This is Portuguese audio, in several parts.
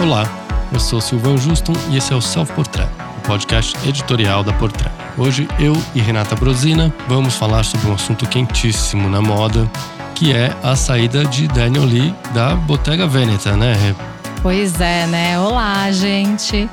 Olá, eu sou Silvan Juston e esse é o Self Portrait, o podcast editorial da Portrait. Hoje eu e Renata Brosina vamos falar sobre um assunto quentíssimo na moda, que é a saída de Daniel Lee da Bottega Veneta, né, Rê? Pois é, né? Olá, gente.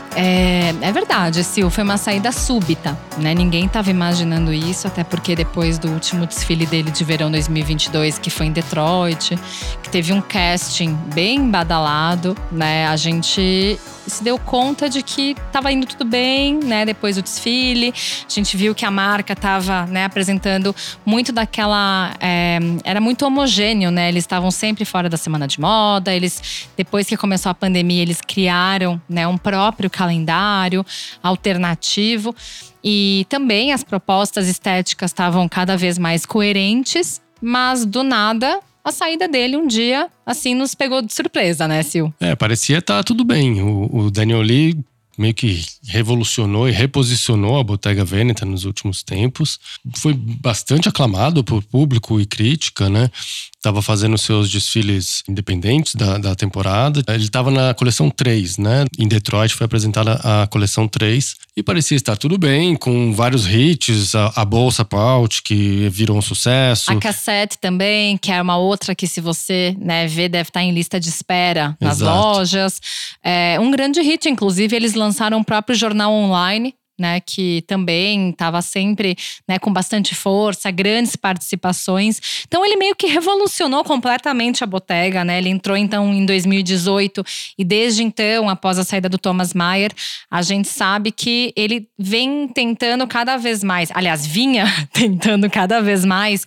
É verdade, Sil, foi uma saída súbita, né? Ninguém estava imaginando isso, até porque depois do último desfile dele de verão 2022, que foi em Detroit, que teve um casting bem badalado, né? A gente se deu conta de que estava indo tudo bem, né? Depois do desfile, a gente viu que a marca estava, né, apresentando muito daquela… era muito homogêneo, né? Eles estavam sempre fora da semana de moda. Eles, depois que começou a pandemia, eles criaram, né, um próprio calendário alternativo. E também as propostas estéticas estavam cada vez mais coerentes. Mas do nada, a saída dele um dia, assim, nos pegou de surpresa, né, Sil? Parecia estar tudo bem. O Daniel Lee meio que revolucionou e reposicionou a Bottega Veneta nos últimos tempos. Foi bastante aclamado por público e crítica, né? Estava fazendo seus desfiles independentes da temporada. Ele estava na coleção 3, né? Em Detroit foi apresentada a coleção 3 e parecia estar tudo bem, com vários hits. A bolsa Pout, que virou um sucesso. A cassete também, que é uma outra que, se você, né, vê, deve estar em lista de espera nas lojas. Um grande hit, inclusive, eles lançaram o próprio jornal online, né, que também estava sempre, né, com bastante força, grandes participações. Então ele meio que revolucionou completamente a Bottega, né? Ele entrou então em 2018 e desde então, após a saída do Thomas Maier, a gente sabe que ele vem tentando cada vez mais, aliás, vinha tentando cada vez mais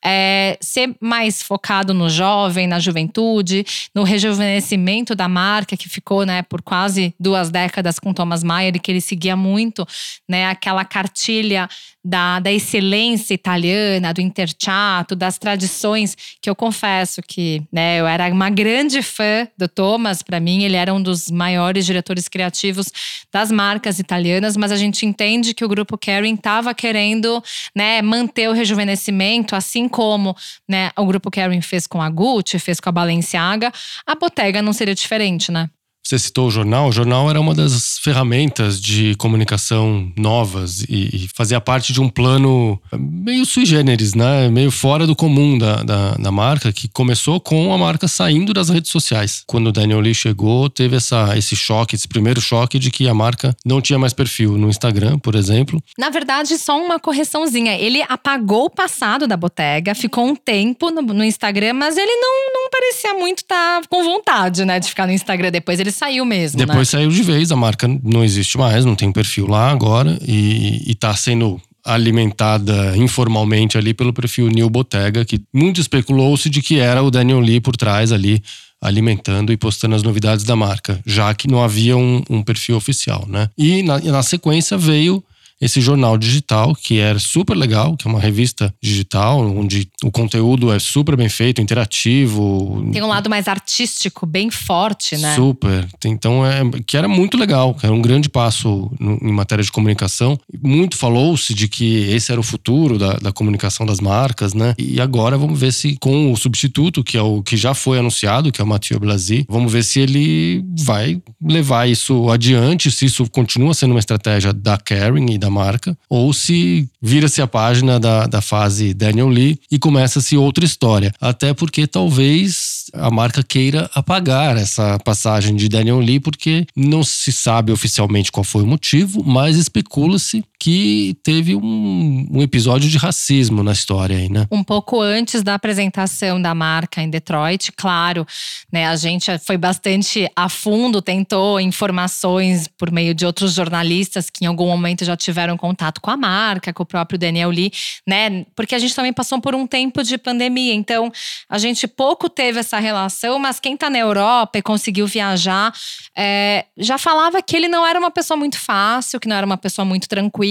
ser mais focado no jovem, na juventude, no rejuvenescimento da marca, que ficou, né, por quase 2 décadas com Thomas Maier e que ele seguia muito, né, aquela cartilha da excelência italiana, do intrecciato, das tradições, que eu confesso que, né, eu era uma grande fã do Thomas. Para mim, ele era um dos maiores diretores criativos das marcas italianas, mas a gente entende que o grupo Kering estava querendo, né, manter o rejuvenescimento, assim como, né, o grupo Kering fez com a Gucci, fez com a Balenciaga. A Bottega não seria diferente, né? Você citou o jornal era uma das ferramentas de comunicação novas e fazia parte de um plano meio sui generis, né? Meio fora do comum da marca, que começou com a marca saindo das redes sociais. Quando o Daniel Lee chegou, teve esse choque, esse primeiro choque de que a marca não tinha mais perfil no Instagram, por exemplo. Na verdade, só uma correçãozinha. Ele apagou o passado da Bottega, ficou um tempo no Instagram, mas ele não parecia muito estar com vontade, né, de ficar no Instagram. Depois ele saiu mesmo, Depois né? saiu de vez, a marca não existe mais, não tem perfil lá agora e tá sendo alimentada informalmente ali pelo perfil New Bottega, que muito especulou-se de que era o Daniel Lee por trás ali, alimentando e postando as novidades da marca, já que não havia um perfil oficial, né? E na sequência veio esse jornal digital, que era super legal, que é uma revista digital, onde o conteúdo é super bem feito, interativo. Tem um lado mais artístico, bem forte, né? Super. Então, que era muito legal, que era um grande passo em matéria de comunicação. Muito falou-se de que esse era o futuro da comunicação das marcas, né? E agora vamos ver se com o substituto, que é o que já foi anunciado, que é o Mathieu Blazy, vamos ver se ele vai levar isso adiante, se isso continua sendo uma estratégia da Kering e da marca, ou se vira-se a página da fase Daniel Lee e começa-se outra história. Até porque talvez a marca queira apagar essa passagem de Daniel Lee, porque não se sabe oficialmente qual foi o motivo, mas especula-se que teve um episódio de racismo na história aí, né? Um pouco antes da apresentação da marca em Detroit, claro, né, a gente foi bastante a fundo, tentou informações por meio de outros jornalistas que em algum momento já tiveram contato com a marca, com o próprio Daniel Lee, né? Porque a gente também passou por um tempo de pandemia, então a gente pouco teve essa relação, mas quem tá na Europa e conseguiu viajar, já falava que ele não era uma pessoa muito fácil, que não era uma pessoa muito tranquila,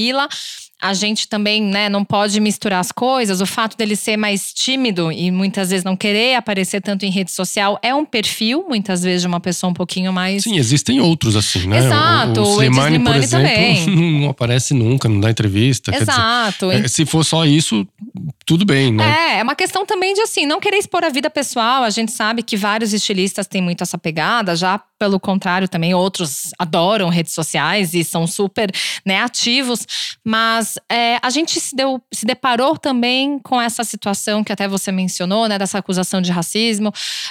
Camila. A gente também, né, não pode misturar as coisas. O fato dele ser mais tímido e muitas vezes não querer aparecer tanto em rede social é um perfil, muitas vezes, de uma pessoa um pouquinho mais… Sim, existem outros assim, né? Exato, o Slimane, por exemplo, também. não aparece nunca, não dá entrevista. Exato. Quer dizer, se for só isso, tudo bem, né? É uma questão também de assim, não querer expor a vida pessoal. A gente sabe que vários estilistas têm muito essa pegada, já pelo contrário também, outros adoram redes sociais e são super, né, ativos. Mas a gente se deparou também com essa situação que até você mencionou, né, dessa acusação de racismo,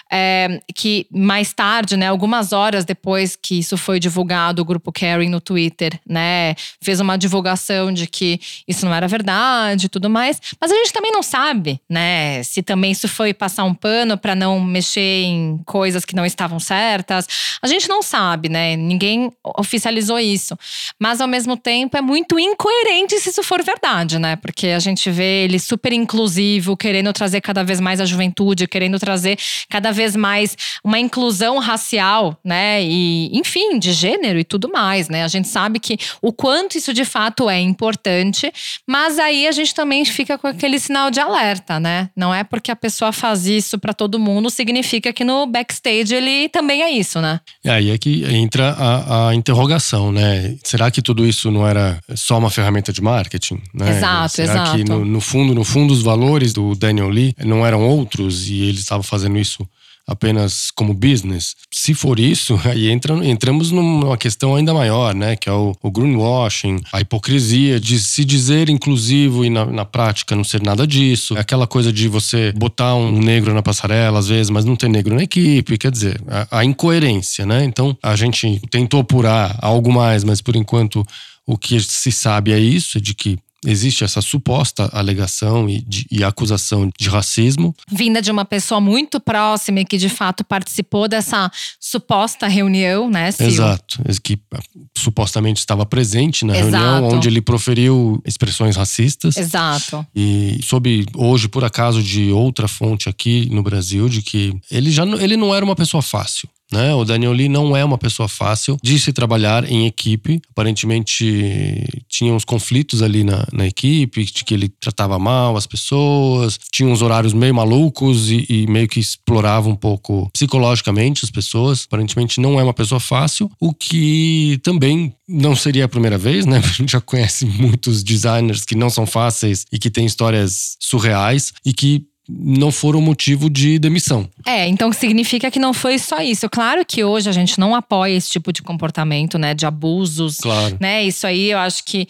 que mais tarde, né, algumas horas depois que isso foi divulgado, o grupo Caring no Twitter, né, fez uma divulgação de que isso não era verdade e tudo mais. Mas a gente também não sabe, né, se também isso foi passar um pano para não mexer em coisas que não estavam certas. A gente não sabe, né, ninguém oficializou isso. Mas ao mesmo tempo é muito incoerente se isso for verdade, né? Porque a gente vê ele super inclusivo, querendo trazer cada vez mais a juventude, querendo trazer cada vez mais uma inclusão racial, né? E, enfim, de gênero e tudo mais, né? A gente sabe que o quanto isso de fato é importante, mas aí a gente também fica com aquele sinal de alerta, né? Não é porque a pessoa faz isso pra todo mundo, significa que no backstage ele também é isso, né? E aí é que entra a interrogação, né? Será que tudo isso não era só uma ferramenta de marketing, né? Exato, Será que no fundo os valores do Daniel Lee não eram outros e ele estava fazendo isso apenas como business? Se for isso, aí entramos numa questão ainda maior, né? Que é o greenwashing, a hipocrisia de se dizer inclusivo e na prática não ser nada disso. Aquela coisa de você botar um negro na passarela às vezes, mas não ter negro na equipe. Quer dizer, a incoerência, né? Então a gente tentou apurar algo mais, mas por enquanto o que se sabe é isso, de que existe essa suposta alegação e acusação de racismo. Vinda de uma pessoa muito próxima e que de fato participou dessa suposta reunião, né, Sil? Exato, que supostamente estava presente na reunião, onde ele proferiu expressões racistas. Exato. E soube hoje, por acaso, de outra fonte aqui no Brasil, de que ele não era uma pessoa fácil. Né? O Daniel Lee não é uma pessoa fácil de se trabalhar em equipe. Aparentemente tinha uns conflitos ali na equipe, de que ele tratava mal as pessoas, tinha uns horários meio malucos e meio que explorava um pouco psicologicamente as pessoas. Aparentemente não é uma pessoa fácil, o que também não seria a primeira vez, né? A gente já conhece muitos designers que não são fáceis e que têm histórias surreais e que não foram motivo de demissão. Então significa que não foi só isso. Claro que hoje a gente não apoia esse tipo de comportamento, né, de abusos, claro, né? Isso aí eu acho que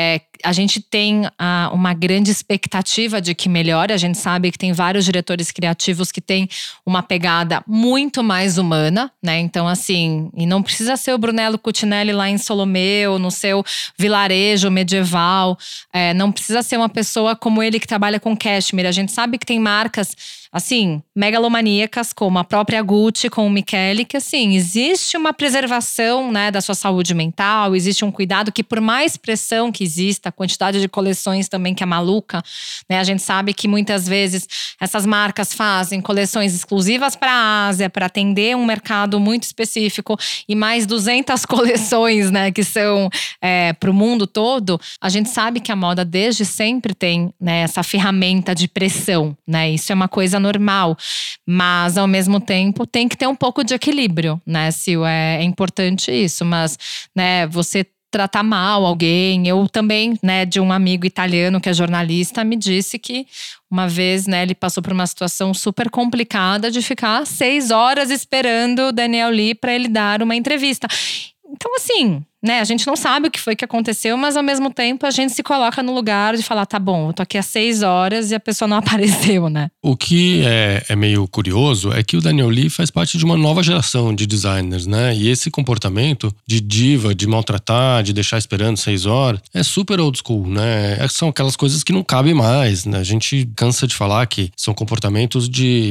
a gente tem uma grande expectativa de que melhore. A gente sabe que tem vários diretores criativos que têm uma pegada muito mais humana, né? Então assim, e não precisa ser o Brunello Cucinelli lá em Solomeo, no seu vilarejo medieval. Não precisa ser uma pessoa como ele que trabalha com cashmere. A gente sabe que tem marcas, assim, megalomaníacas, como a própria Gucci, com o Michele, que assim, existe uma preservação, né, da sua saúde mental, existe um cuidado que por mais pressão que exista, a quantidade de coleções também que é maluca, né, a gente sabe que muitas vezes essas marcas fazem coleções exclusivas para a Ásia, para atender um mercado muito específico e mais 200 coleções, né, que são para o mundo todo. A gente sabe que a moda desde sempre tem, né, essa ferramenta de pressão, né? Isso é uma coisa normal, mas ao mesmo tempo tem que ter um pouco de equilíbrio, né, Sil? É importante isso, mas, né, você tratar mal alguém. Eu também, né, de um amigo italiano que é jornalista, me disse que uma vez, né, ele passou por uma situação super complicada de ficar 6 horas esperando o Daniel Lee para ele dar uma entrevista. Então assim, né, a gente não sabe o que foi que aconteceu, mas ao mesmo tempo a gente se coloca no lugar de falar, tá bom, eu tô aqui há 6 horas e a pessoa não apareceu, né? O que é meio curioso é que o Daniel Lee faz parte de uma nova geração de designers, né? E esse comportamento de diva, de maltratar, de deixar esperando 6 horas, é super old school, né? São aquelas coisas que não cabem mais, né? A gente cansa de falar que são comportamentos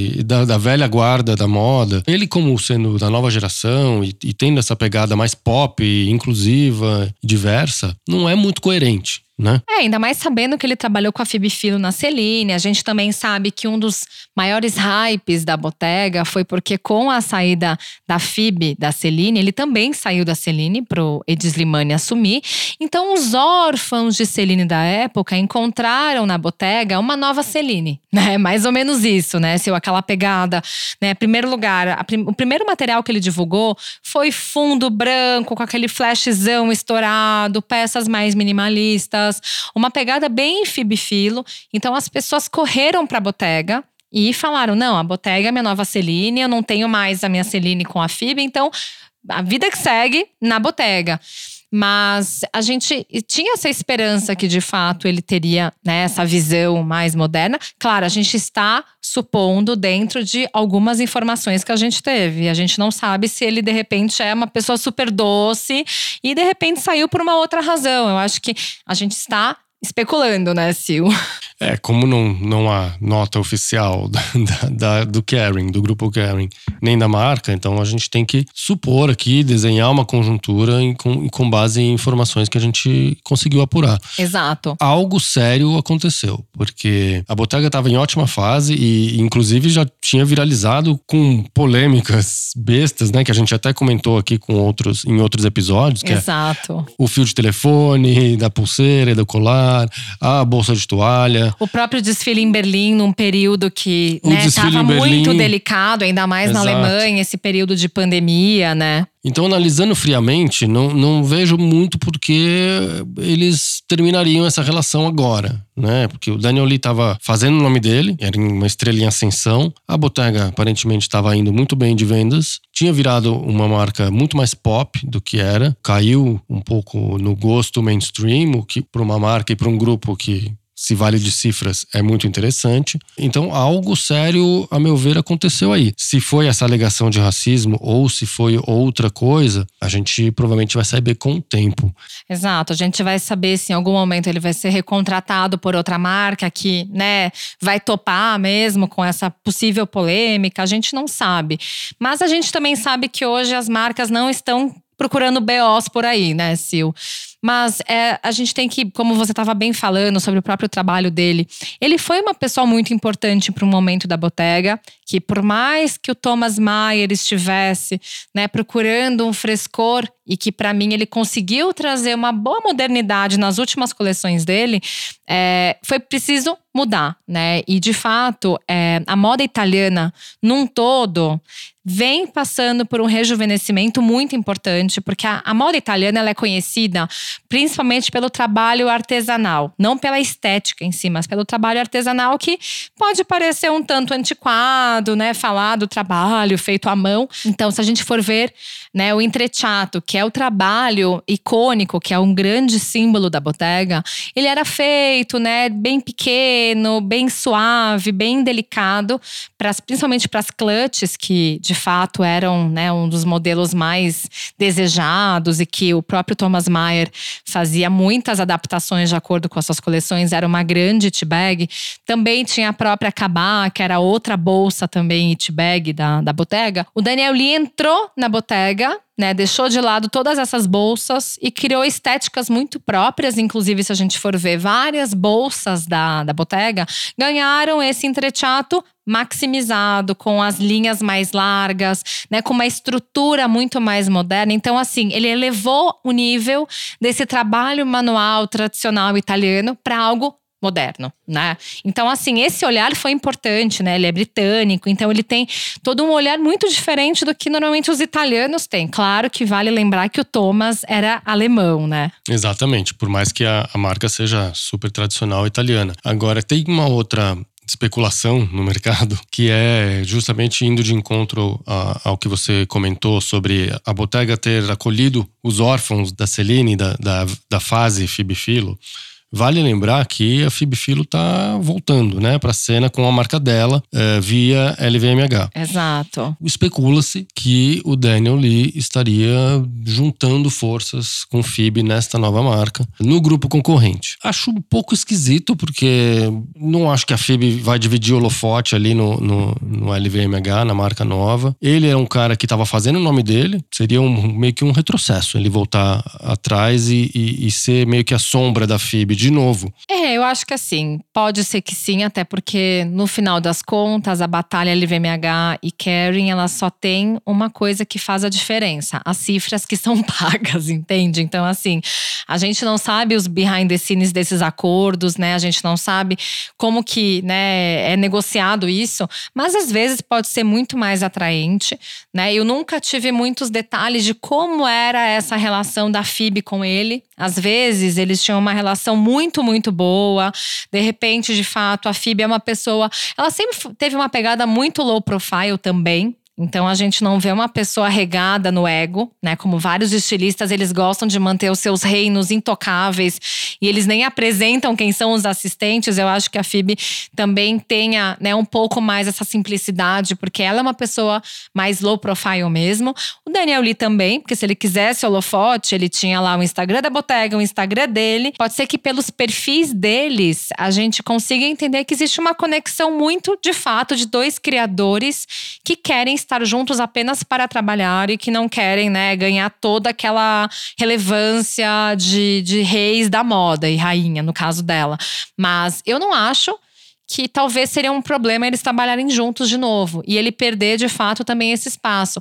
da velha guarda da moda. Ele, como sendo da nova geração e tendo essa pegada mais pop, inclusiva, diversa, não é muito coerente. né? Ainda mais sabendo que ele trabalhou com a Phoebe Philo na Celine. A gente também sabe que um dos maiores hypes da Bottega foi porque com a saída da Phoebe da Celine, ele também saiu da Celine pro Edi Slimani assumir. Então os órfãos de Celine da época encontraram na Bottega uma nova Celine, né? Mais ou menos isso, né? Se aquela pegada, né? Primeiro lugar, o primeiro material que ele divulgou foi fundo branco com aquele flashzão estourado, peças mais minimalistas, uma pegada bem Phoebe Philo. Então as pessoas correram pra Bottega e falaram, não, a Bottega é minha nova Celine, eu não tenho mais a minha Celine com a Phoebe, então a vida que segue na Bottega. Mas a gente tinha essa esperança que de fato ele teria, né, essa visão mais moderna. Claro, a gente está supondo dentro de algumas informações que a gente teve. A gente não sabe se ele de repente é uma pessoa super doce e de repente saiu por uma outra razão. Eu acho que a gente está especulando, né, Sil? Como não há nota oficial do Kering, do grupo Kering, nem da marca, então a gente tem que supor aqui, desenhar uma conjuntura com base em informações que a gente conseguiu apurar. Exato. Algo sério aconteceu, porque a Bottega estava em ótima fase e inclusive já tinha viralizado com polêmicas bestas, né, que a gente até comentou aqui em outros episódios, que Exato. É o fio de telefone, da pulseira e do colar, a bolsa de toalha. O próprio desfile em Berlim, num período que estava muito delicado, ainda mais Exato. Na Alemanha, esse período de pandemia, né? Então, analisando friamente, não vejo muito porque eles terminariam essa relação agora, né? Porque o Daniel Lee estava fazendo o nome dele, era uma estrela em ascensão. A Bottega aparentemente estava indo muito bem de vendas. Tinha virado uma marca muito mais pop do que era. Caiu um pouco no gosto mainstream, o que para uma marca e para um grupo que se vale de cifras, é muito interessante. Então, algo sério, a meu ver, aconteceu aí. Se foi essa alegação de racismo ou se foi outra coisa, a gente provavelmente vai saber com o tempo. Exato, a gente vai saber se em algum momento ele vai ser recontratado por outra marca que, né, vai topar mesmo com essa possível polêmica. A gente não sabe. Mas a gente também sabe que hoje as marcas não estão procurando BOs por aí, né, Sil? Mas a gente tem que, como você estava bem falando sobre o próprio trabalho dele, ele foi uma pessoa muito importante para o momento da Bottega, que por mais que o Thomas Maier estivesse, né, procurando um frescor e que para mim ele conseguiu trazer uma boa modernidade nas últimas coleções dele, foi preciso mudar, né? E de fato, a moda italiana num todo vem passando por um rejuvenescimento muito importante, porque a moda italiana ela é conhecida principalmente pelo trabalho artesanal, não pela estética em si, mas pelo trabalho artesanal que pode parecer um tanto antiquado, né? Falar do trabalho feito à mão. Então, se a gente for ver, né, o Intrecciato, que é o trabalho icônico, que é um grande símbolo da Bottega, ele era feito, né, bem pequeno, bem suave, bem delicado, principalmente para as clutches, que de fato eram, né, um dos modelos mais desejados e que o próprio Thomas Maier fazia muitas adaptações de acordo com as suas coleções, era uma grande it bag. Também tinha a própria Cabá, que era outra bolsa também it bag da Bottega. O Daniel Lee entrou na Bottega, né, deixou de lado todas essas bolsas e criou estéticas muito próprias. Inclusive, se a gente for ver, várias bolsas da Bottega ganharam esse Intrecciato maximizado, com as linhas mais largas, né, com uma estrutura muito mais moderna. Então, assim, ele elevou o nível desse trabalho manual tradicional italiano para algo moderno, né? Então, assim, esse olhar foi importante, né? Ele é britânico, então ele tem todo um olhar muito diferente do que normalmente os italianos têm. Claro que vale lembrar que o Thomas era alemão, né? Exatamente, por mais que a marca seja super tradicional italiana. Agora, tem uma outra especulação no mercado, que é justamente indo de encontro ao que você comentou sobre a Bottega ter acolhido os órfãos da Celine, da fase Phoebe Philo. Vale lembrar que a Phoebe Philo tá voltando, né, pra cena com a marca dela, via LVMH. Exato. Especula-se que o Daniel Lee estaria juntando forças com Phoebe nesta nova marca, no grupo concorrente. Acho um pouco esquisito, porque não acho que a FIB vai dividir o holofote ali no LVMH, na marca nova. Ele é um cara que estava fazendo o nome dele, seria meio que um retrocesso, ele voltar atrás e ser meio que a sombra da FIB de novo. Eu acho que assim, pode ser que sim, até porque no final das contas, a batalha LVMH e Kering, ela só tem uma coisa que faz a diferença: as cifras que são pagas, entende? Então assim, a gente não sabe os behind the scenes desses acordos, né? A gente não sabe como que, né, é negociado isso, mas às vezes pode ser muito mais atraente, né? Eu nunca tive muitos detalhes de como era essa relação da FIB com ele. Às vezes eles tinham uma relação muito, muito boa. De repente, de fato, a FIB é uma pessoa… Ela sempre teve uma pegada muito low profile também. Então a gente não vê uma pessoa regada no ego, né? Como vários estilistas, eles gostam de manter os seus reinos intocáveis e eles nem apresentam quem são os assistentes. Eu acho que a FIB também tenha, né, um pouco mais essa simplicidade, porque ela é uma pessoa mais low profile mesmo. O Daniel Lee também, porque se ele quisesse holofote, ele tinha lá o Instagram da Bottega, o Instagram dele. Pode ser que pelos perfis deles, a gente consiga entender que existe uma conexão muito, de fato, de dois criadores que querem estar juntos apenas para trabalhar e que não querem, né, ganhar toda aquela relevância de reis da moda e rainha, no caso dela. Mas eu não acho que talvez seria um problema eles trabalharem juntos de novo e ele perder de fato também esse espaço.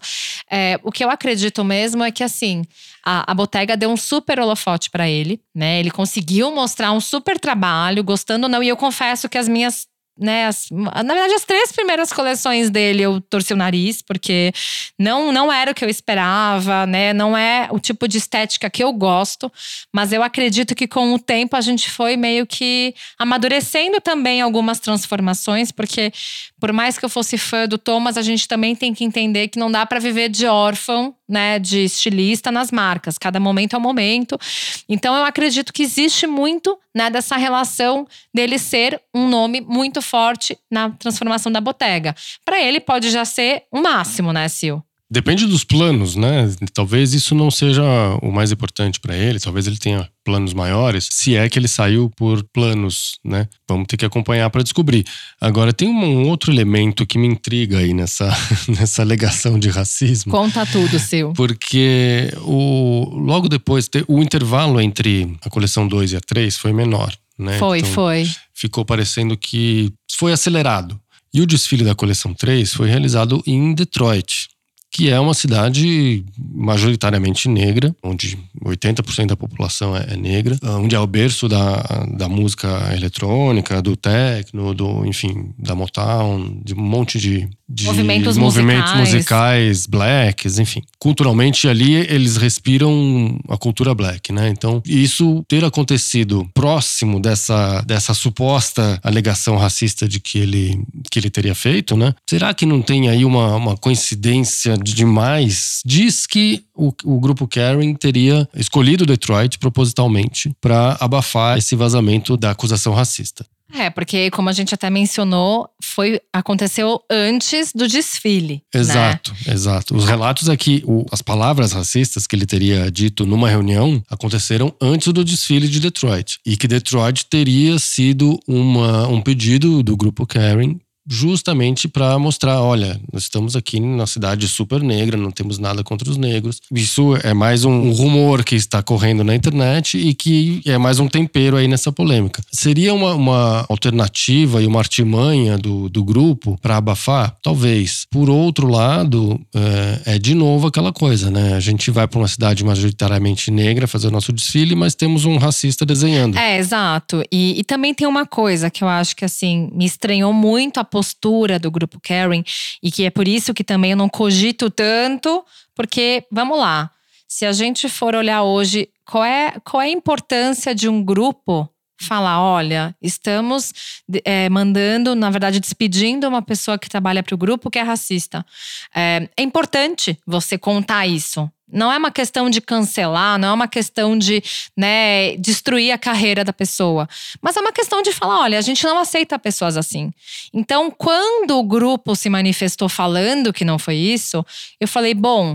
O que eu acredito mesmo é que assim, a Bottega deu um super holofote para ele, né? Ele conseguiu mostrar um super trabalho, gostando ou não. E eu confesso que as minhas… né, na verdade, as 3 primeiras coleções dele eu torci o nariz, porque não era o que eu esperava, né? Não é o tipo de estética que eu gosto, mas eu acredito que com o tempo a gente foi meio que amadurecendo também algumas transformações, porque por mais que eu fosse fã do Thomas, a gente também tem que entender que não dá para viver de órfão, né, de estilista nas marcas. Cada momento é um momento. Então eu acredito que existe muito, né, dessa relação dele ser um nome muito forte na transformação da Bottega. Para ele pode já ser o máximo, né, Sil? Depende dos planos, né? Talvez isso não seja o mais importante para ele. Talvez ele tenha planos maiores, se é que ele saiu por planos, né? Vamos ter que acompanhar para descobrir. Agora, tem um outro elemento que me intriga aí nessa alegação de racismo. Conta tudo, Sil. Porque logo depois, o intervalo entre a coleção 2 e a 3 foi menor, né? Foi. Ficou parecendo que foi acelerado. E o desfile da coleção 3 foi realizado em Detroit, que é uma cidade majoritariamente negra, onde 80% da população é negra, onde é o berço da música eletrônica, do techno, enfim, da Motown, de um monte de movimentos musicais blacks, enfim. Culturalmente ali eles respiram a cultura black, né? Então isso ter acontecido próximo dessa suposta alegação racista de que ele teria feito, né? Será que não tem aí uma coincidência demais? Diz que o grupo Kering teria escolhido Detroit propositalmente para abafar esse vazamento da acusação racista. Porque como a gente até mencionou, aconteceu antes do desfile. Exato, né? Exato. Os relatos é que as palavras racistas que ele teria dito numa reunião aconteceram antes do desfile de Detroit. E que Detroit teria sido um pedido do grupo Kering justamente para mostrar, olha, nós estamos aqui na cidade super negra, não temos nada contra os negros. Isso é mais um rumor que está correndo na internet e que é mais um tempero aí nessa polêmica. Seria uma alternativa e uma artimanha do grupo para abafar? Talvez. Por outro lado, é de novo aquela coisa, né? A gente vai para uma cidade majoritariamente negra fazer o nosso desfile, mas temos um racista desenhando. Exato. E também tem uma coisa que eu acho que assim, me estranhou muito a postura do grupo Kering, e que é por isso que também eu não cogito tanto, porque, vamos lá, se a gente for olhar hoje, qual é a importância de um grupo falar, olha, estamos mandando, na verdade, despedindo uma pessoa que trabalha para o grupo que é racista. É importante você contar isso. Não é uma questão de cancelar, não é uma questão de, né, destruir a carreira da pessoa. Mas é uma questão de falar, olha, a gente não aceita pessoas assim. Então, quando o grupo se manifestou falando que não foi isso, eu falei, bom,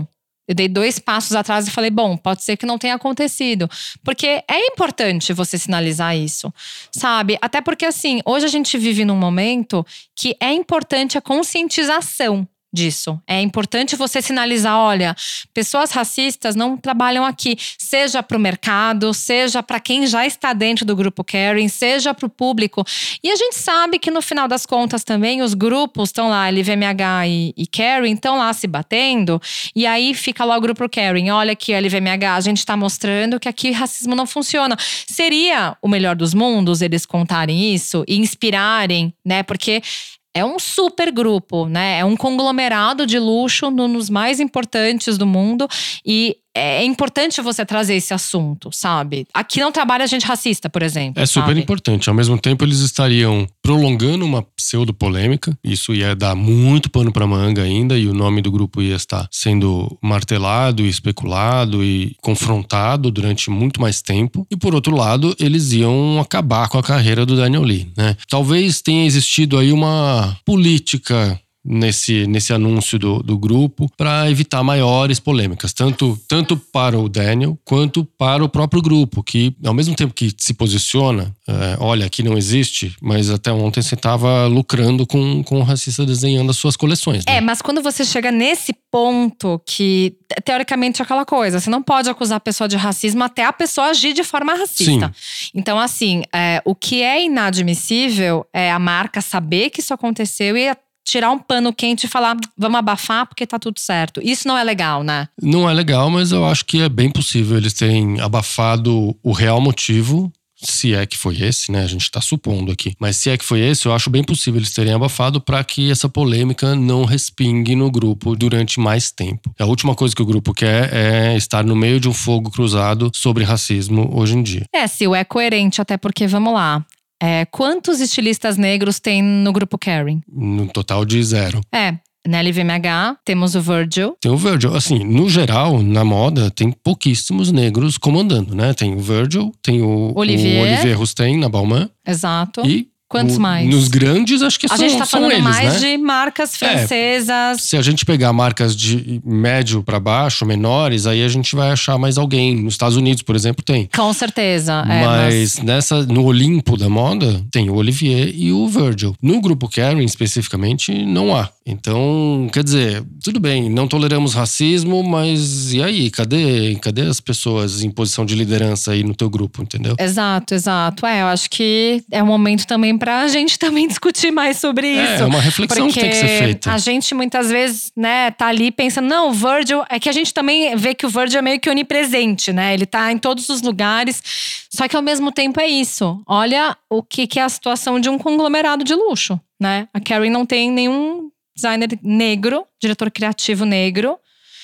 Eu dei 2 passos atrás e falei, bom, pode ser que não tenha acontecido. Porque é importante você sinalizar isso, sabe? Até porque, assim, hoje a gente vive num momento que é importante a conscientização disso. É importante você sinalizar, olha, pessoas racistas não trabalham aqui, seja para o mercado, seja para quem já está dentro do grupo Caring, seja para o público. E a gente sabe que no final das contas também os grupos estão lá, LVMH e Caring, estão lá se batendo, e aí fica lá o grupo Caring, olha aqui a LVMH, a gente está mostrando que aqui racismo não funciona. Seria o melhor dos mundos eles contarem isso e inspirarem, né? Porque é um super grupo, né? É um conglomerado de luxo nos mais importantes do mundo. E é importante você trazer esse assunto, sabe? Aqui não trabalha gente racista, por exemplo. É super importante. Ao mesmo tempo, eles estariam prolongando uma pseudo-polêmica. Isso ia dar muito pano pra manga ainda. E o nome do grupo ia estar sendo martelado e especulado e confrontado durante muito mais tempo. E por outro lado, eles iam acabar com a carreira do Daniel Lee, né? Talvez tenha existido aí uma política nesse anúncio do grupo para evitar maiores polêmicas, tanto para o Daniel quanto para o próprio grupo, que ao mesmo tempo que se posiciona, olha, aqui não existe, mas até ontem você estava lucrando com o racista desenhando as suas coleções, né? Mas quando você chega nesse ponto que, teoricamente, é aquela coisa, você não pode acusar a pessoa de racismo até a pessoa agir de forma racista. Sim. Então, assim, o que é inadmissível é a marca saber que isso aconteceu e tirar um pano quente e falar, vamos abafar porque tá tudo certo. Isso não é legal, né? Não é legal, mas eu acho que é bem possível eles terem abafado o real motivo, se é que foi esse, né? A gente tá supondo aqui. Mas se é que foi esse, eu acho bem possível eles terem abafado para que essa polêmica não respingue no grupo durante mais tempo. A última coisa que o grupo quer é estar no meio de um fogo cruzado sobre racismo hoje em dia. Se é coerente, até porque, vamos lá. Quantos estilistas negros tem no grupo Caring? No total de 0. Na LVMH, temos o Virgil. Tem o Virgil. Assim, no geral, na moda, tem pouquíssimos negros comandando, né? Tem o Virgil, tem o Olivier Rousteing na Balmain. Exato. E quantos mais? Nos grandes, acho que a gente tá falando eles, mais né? de marcas francesas. Se a gente pegar marcas de médio para baixo, menores, aí a gente vai achar mais alguém. Nos Estados Unidos, por exemplo, tem. Com certeza. Mas no Olimpo da moda, tem o Olivier e o Virgil. No grupo Caring, especificamente, não há. Então, quer dizer, tudo bem, não toleramos racismo, mas e aí? Cadê as pessoas em posição de liderança aí no teu grupo, entendeu? Exato. Eu acho que é um momento também pra gente também discutir mais sobre isso. É uma reflexão que tem que ser feita. A gente muitas vezes, né, tá ali pensando, não, o Virgil… É que a gente também vê que o Virgil é meio que onipresente, né? Ele tá em todos os lugares. Só que ao mesmo tempo é isso. Olha o que é a situação de um conglomerado de luxo, né? A Caring não tem nenhum designer negro, diretor criativo negro.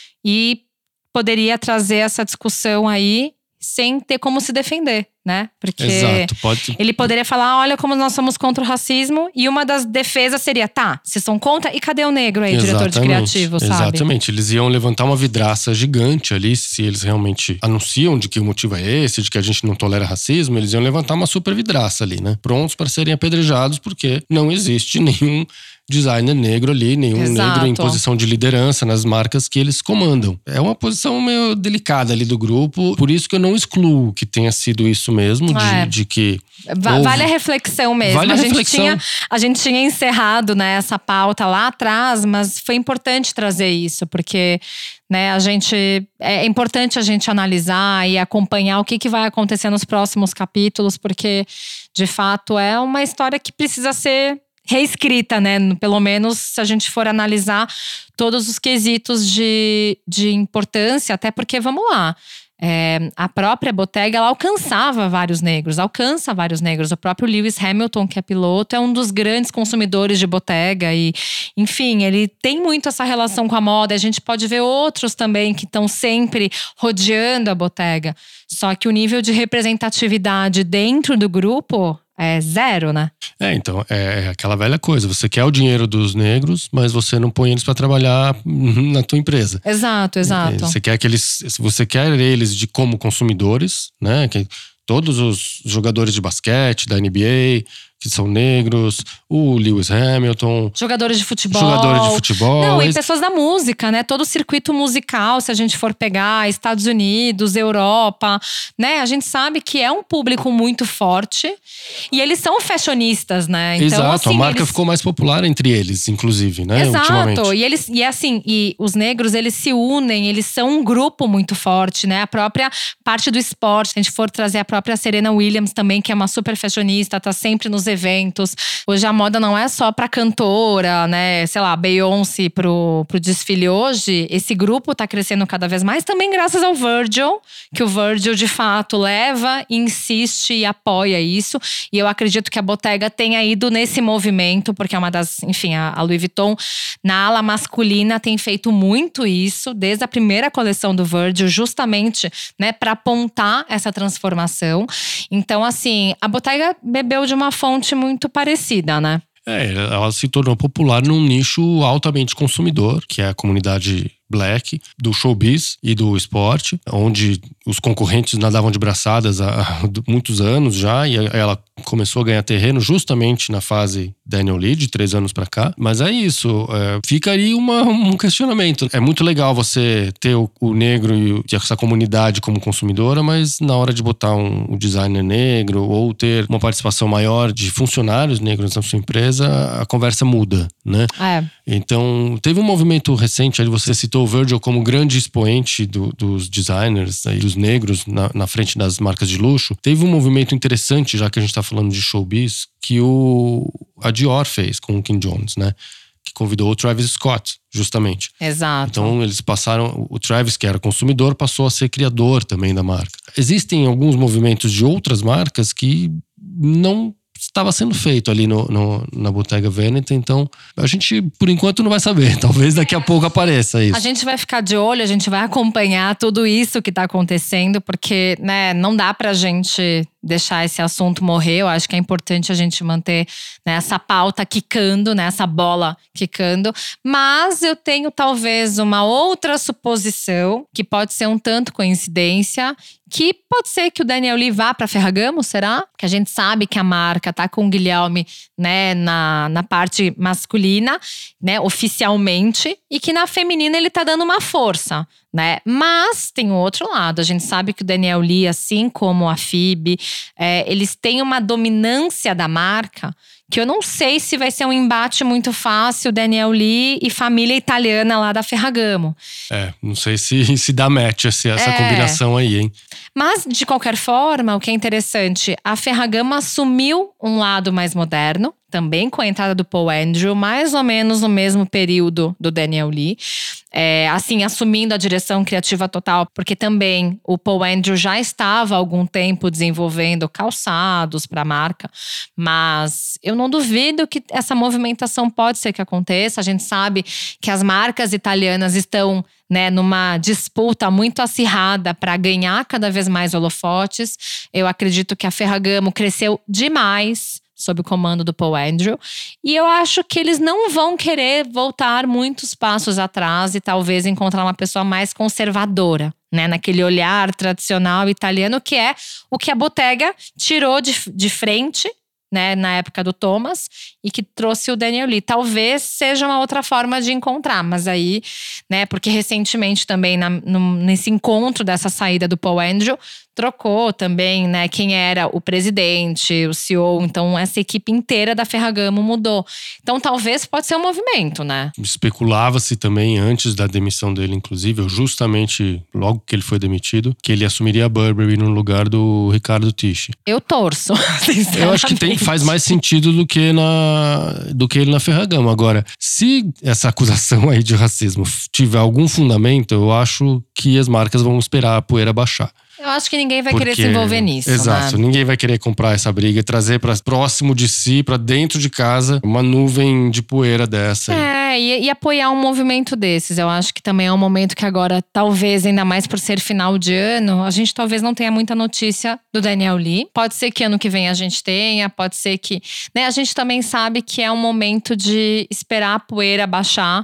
E poderia trazer essa discussão aí sem ter como se defender, né? Porque ele poderia falar, olha como nós somos contra o racismo. E uma das defesas seria, vocês são contra? E cadê o negro aí, diretor de criativo, sabe? Exatamente, eles iam levantar uma vidraça gigante ali. Se eles realmente anunciam de que o motivo é esse, de que a gente não tolera racismo, eles iam levantar uma super vidraça ali, né? Prontos para serem apedrejados, porque não existe nenhum designer negro ali, nenhum negro em posição de liderança nas marcas que eles comandam. É uma posição meio delicada ali do grupo, por isso que eu não excluo que tenha sido isso mesmo, de que… Vale a reflexão mesmo. Vale a reflexão. A gente tinha encerrado, né, essa pauta lá atrás, mas foi importante trazer isso, porque… Né, é importante a gente analisar e acompanhar o que vai acontecer nos próximos capítulos, porque de fato é uma história que precisa ser reescrita, né? Pelo menos se a gente for analisar todos os quesitos de importância, até porque, vamos lá, a própria Bottega, ela alcança vários negros. O próprio Lewis Hamilton, que é piloto, é um dos grandes consumidores de Bottega e, enfim, ele tem muito essa relação com a moda. A gente pode ver outros também que estão sempre rodeando a Bottega. Só que o nível de representatividade dentro do grupo é 0, né? Então, é aquela velha coisa. Você quer o dinheiro dos negros, mas você não põe eles para trabalhar na tua empresa. Exato. Você quer eles como consumidores, né? Que todos os jogadores de basquete da NBA, que são negros, o Lewis Hamilton. Jogadores de futebol. Não, e pessoas da música, né? Todo o circuito musical, se a gente for pegar Estados Unidos, Europa, né? A gente sabe que é um público muito forte e eles são fashionistas, né? Então, exato, assim, a marca ficou mais popular entre eles, inclusive, né? Exato, e os negros, eles se unem, eles são um grupo muito forte, né? A própria parte do esporte, se a gente for trazer a própria Serena Williams também, que é uma super fashionista, tá sempre nos eventos. Hoje a moda não é só pra cantora, né? Sei lá, Beyoncé pro desfile hoje. Esse grupo tá crescendo cada vez mais, também graças ao Virgil, que o Virgil de fato leva, insiste e apoia isso. E eu acredito que a Bottega tenha ido nesse movimento, porque é uma das, enfim, a Louis Vuitton na ala masculina tem feito muito isso, desde a primeira coleção do Virgil, justamente, né, para apontar essa transformação. Então, assim, a Bottega bebeu de uma fonte muito parecida, né? Ela se tornou popular num nicho altamente consumidor, que é a comunidade black, do showbiz e do esporte, onde os concorrentes nadavam de braçadas há muitos anos já, e ela começou a ganhar terreno justamente na fase Daniel Lee, de 3 anos pra cá. Mas é isso, fica aí um questionamento. É muito legal você ter o negro e essa comunidade como consumidora, mas na hora de botar um designer negro ou ter uma participação maior de funcionários negros na sua empresa, a conversa muda, né? Então, teve um movimento recente, ali você citou o Virgil como grande expoente dos designers e dos negros na frente das marcas de luxo. Teve um movimento interessante, já que a gente tá falando de showbiz, que a Dior fez com o Kim Jones, né? Que convidou o Travis Scott, justamente. Exato. Então eles passaram, o Travis, que era consumidor, passou a ser criador também da marca. Existem alguns movimentos de outras marcas que não estava sendo feito ali na Bottega Veneta, então a gente, por enquanto, não vai saber. Talvez daqui a pouco apareça isso. A gente vai ficar de olho, a gente vai acompanhar tudo isso que tá acontecendo, porque, né, não dá pra gente deixar esse assunto morrer. Eu acho que é importante a gente manter, né, essa pauta quicando, né, essa bola quicando. Mas eu tenho talvez uma outra suposição, que pode ser um tanto coincidência, que pode ser que o Daniel Lee vá para Ferragamo, será? Que a gente sabe que a marca tá com o Guilherme, né, na parte masculina, né, oficialmente, e que na feminina ele tá dando uma força, né? Mas tem o outro lado, a gente sabe que o Daniel Lee, assim como a Phoebe, eles têm uma dominância da marca que eu não sei se vai ser um embate muito fácil, Daniel Lee e família italiana lá da Ferragamo. Não sei se dá match essa combinação aí, hein? Mas, de qualquer forma, o que é interessante, a Ferragamo assumiu um lado mais moderno, também com a entrada do Paul Andrew, mais ou menos no mesmo período do Daniel Lee. Assim, assumindo a direção criativa total, porque também o Paul Andrew já estava há algum tempo desenvolvendo calçados para a marca. Mas eu não duvido que essa movimentação pode ser que aconteça. A gente sabe que as marcas italianas estão, né, numa disputa muito acirrada para ganhar cada vez mais holofotes. Eu acredito que a Ferragamo cresceu demais sob o comando do Paul Andrew. E eu acho que eles não vão querer voltar muitos passos atrás e talvez encontrar uma pessoa mais conservadora, né? Naquele olhar tradicional italiano, que é o que a Bottega tirou de frente, né, na época do Thomas, e que trouxe o Daniel Lee. Talvez seja uma outra forma de encontrar, mas aí, né, porque recentemente também nesse encontro dessa saída do Paul Andrew, trocou também, né, quem era o presidente, o CEO. Então essa equipe inteira da Ferragamo mudou. Então talvez pode ser um movimento, né? Especulava-se também antes da demissão dele, inclusive, justamente logo que ele foi demitido, que ele assumiria a Burberry no lugar do Riccardo Tisci. Eu torço, sinceramente. Eu acho que faz mais sentido do que ele na Ferragamo. Agora, se essa acusação aí de racismo tiver algum fundamento, eu acho que as marcas vão esperar a poeira baixar. Eu acho que ninguém vai querer se envolver nisso, exato, né? Ninguém vai querer comprar essa briga e trazer para próximo de si, para dentro de casa, uma nuvem de poeira dessa. E apoiar um movimento desses. Eu acho que também é um momento que agora, talvez, ainda mais por ser final de ano, a gente talvez não tenha muita notícia do Daniel Lee. Pode ser que ano que vem a gente tenha, pode ser que… né, a gente também sabe que é um momento de esperar a poeira baixar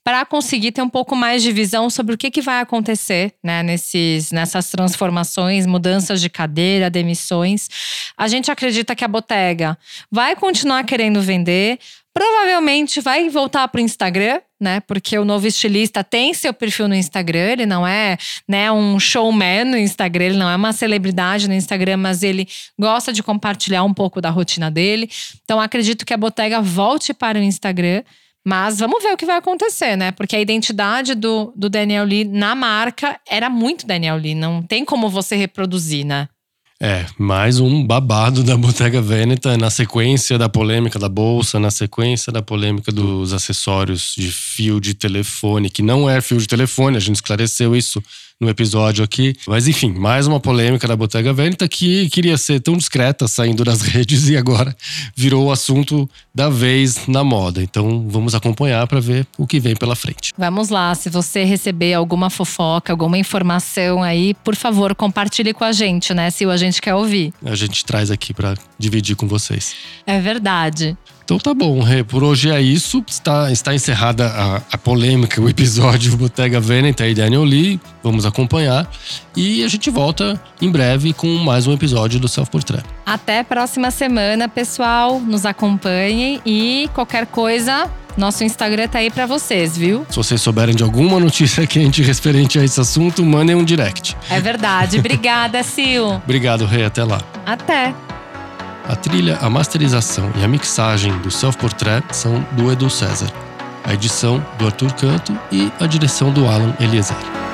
para conseguir ter um pouco mais de visão sobre o que vai acontecer, né, nessas transformações, mudanças de cadeira, demissões. A gente acredita que a Bottega vai continuar querendo vender, provavelmente vai voltar para o Instagram, né? Porque o novo estilista tem seu perfil no Instagram. Ele não é, né, um showman no Instagram, ele não é uma celebridade no Instagram, mas ele gosta de compartilhar um pouco da rotina dele. Então acredito que a Bottega volte para o Instagram. Mas vamos ver o que vai acontecer, né? Porque a identidade do Daniel Lee na marca era muito Daniel Lee. Não tem como você reproduzir, né? Mais um babado da Bottega Veneta na sequência da polêmica da bolsa, na sequência da polêmica dos acessórios de fio de telefone, que não é fio de telefone, a gente esclareceu isso no episódio aqui. Mas enfim, mais uma polêmica da Bottega Veneta que queria ser tão discreta saindo das redes e agora virou o assunto da vez na moda. Então vamos acompanhar para ver o que vem pela frente. Vamos lá, se você receber alguma fofoca, alguma informação aí, por favor, compartilhe com a gente, né? Se a gente quer ouvir. A gente traz aqui para dividir com vocês. É verdade. Então tá bom, Rê. Por hoje é isso. Está encerrada a polêmica, o episódio Bottega Veneta e Daniel Lee. Vamos acompanhar. E a gente volta em breve com mais um episódio do Self Portrait. Até a próxima semana, pessoal. Nos acompanhem e qualquer coisa, nosso Instagram tá aí pra vocês, viu? Se vocês souberem de alguma notícia quente referente a esse assunto, mandem um direct. É verdade. Obrigada, Sil. Obrigado, Rê. Até lá. Até. A trilha, a masterização e a mixagem do Self Portrait são do Edu César. A edição do Arthur Canto e a direção do Alan Eliezer.